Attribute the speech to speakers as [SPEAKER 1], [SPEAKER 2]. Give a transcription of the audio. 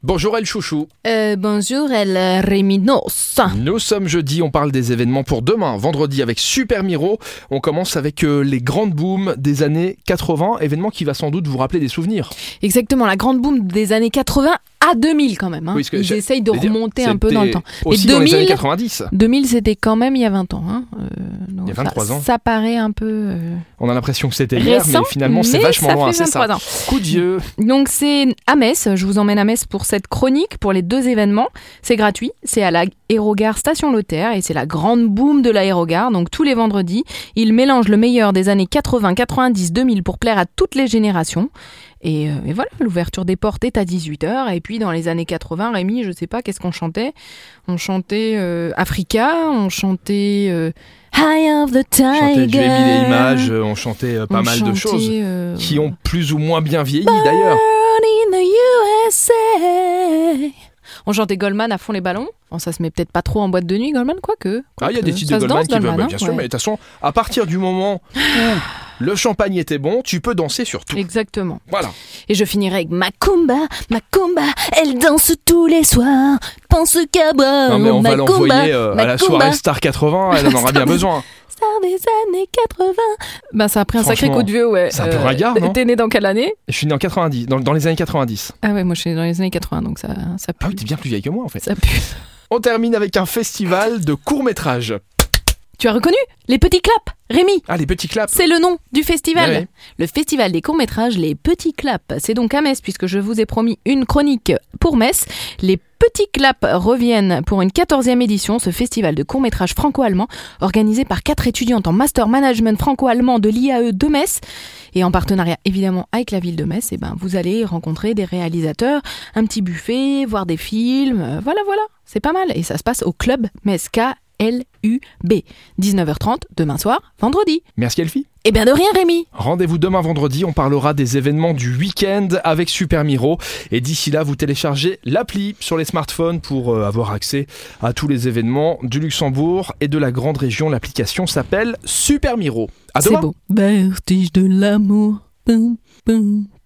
[SPEAKER 1] Bonjour El Chouchou.
[SPEAKER 2] Bonjour El Réminos.
[SPEAKER 1] Nous sommes jeudi, on parle des événements pour demain, vendredi avec Super Miro. On commence avec les grandes booms des années 80, événement qui va sans doute vous rappeler des souvenirs.
[SPEAKER 2] Exactement, la grande boom des années 80 à 2000 quand même.
[SPEAKER 1] Oui,
[SPEAKER 2] Ils essayent de remonter un peu dans le temps.
[SPEAKER 1] Aussi
[SPEAKER 2] Mais
[SPEAKER 1] dans les années 90.
[SPEAKER 2] 2000 c'était quand même il y a 20 ans. Donc
[SPEAKER 1] il y a 23 ans.
[SPEAKER 2] Ça paraît un peu
[SPEAKER 1] On a l'impression que c'était hier,
[SPEAKER 2] récent,
[SPEAKER 1] mais finalement c'est vachement loin, c'est ça.
[SPEAKER 2] Ans.
[SPEAKER 1] Coup de vieux.
[SPEAKER 2] Donc c'est à Metz, je vous emmène à Metz pour cette chronique, pour les deux événements. C'est gratuit, c'est à l'aérogare Station Lothaire et c'est la grande boom de l'aérogare. Donc tous les vendredis, ils mélangent le meilleur des années 80, 90, 2000 pour plaire à toutes les générations. Et voilà, l'ouverture des portes est à 18h. Et puis dans les années 80, Rémi, je sais pas, qu'est-ce qu'on chantait ? On chantait Africa, on chantait High of the Tiger.
[SPEAKER 1] On chantait du Émile et Images, on chantait pas mal de choses qui ont plus ou moins bien vieilli d'ailleurs.
[SPEAKER 2] Born in the USA. On chantait Goldman à fond les ballons. Bon, ça se met peut-être pas trop en boîte de nuit, Goldman, quoique.
[SPEAKER 1] Il y a des titres de Goldman qui peuvent, bien sûr, mais de toute façon, à partir du moment où le champagne était bon, tu peux danser sur tout.
[SPEAKER 2] Exactement.
[SPEAKER 1] Voilà.
[SPEAKER 2] Et je finirai avec Macumba, elle danse tous les soirs, pense qu'à boire.
[SPEAKER 1] Non mais on va l'envoyer à la soirée Star 80, elle en aura bien besoin.
[SPEAKER 2] Star des années 80. Ça a pris un sacré coup de vieux, ouais.
[SPEAKER 1] C'est un peu ringard, non ?
[SPEAKER 2] T'es né dans quelle année ?
[SPEAKER 1] Je suis né en 90, dans les années 90.
[SPEAKER 2] Ah ouais, moi je suis né dans les années 80, donc ça pue.
[SPEAKER 1] Ah oui, t'es bien plus vieille que moi en fait.
[SPEAKER 2] Ça pue.
[SPEAKER 1] On termine avec un festival de courts-métrages.
[SPEAKER 2] Tu as reconnu ? Les Petits Claps, Rémi.
[SPEAKER 1] Ah, les Petits Claps.
[SPEAKER 2] C'est le nom du festival.
[SPEAKER 1] Ouais.
[SPEAKER 2] Le festival des courts-métrages Les Petits Claps. C'est donc à Metz, puisque je vous ai promis une chronique pour Metz. Les Petits Claps reviennent pour une 14e édition, ce festival de courts-métrages franco-allemand, organisé par 4 étudiantes en Master Management franco-allemand de l'IAE de Metz. Et en partenariat évidemment avec la ville de Metz, vous allez rencontrer des réalisateurs, un petit buffet, voir des films. Voilà, c'est pas mal. Et ça se passe au Club Metz LUB. 19h30, demain soir, vendredi.
[SPEAKER 1] Merci Elfie.
[SPEAKER 2] Eh bien de rien Rémi.
[SPEAKER 1] Rendez-vous demain vendredi, on parlera des événements du week-end avec Super Miro. Et d'ici là, vous téléchargez l'appli sur les smartphones pour avoir accès à tous les événements du Luxembourg et de la grande région. L'application s'appelle Super Miro. À demain.
[SPEAKER 2] C'est beau. Vertige de l'amour. Boum, boum.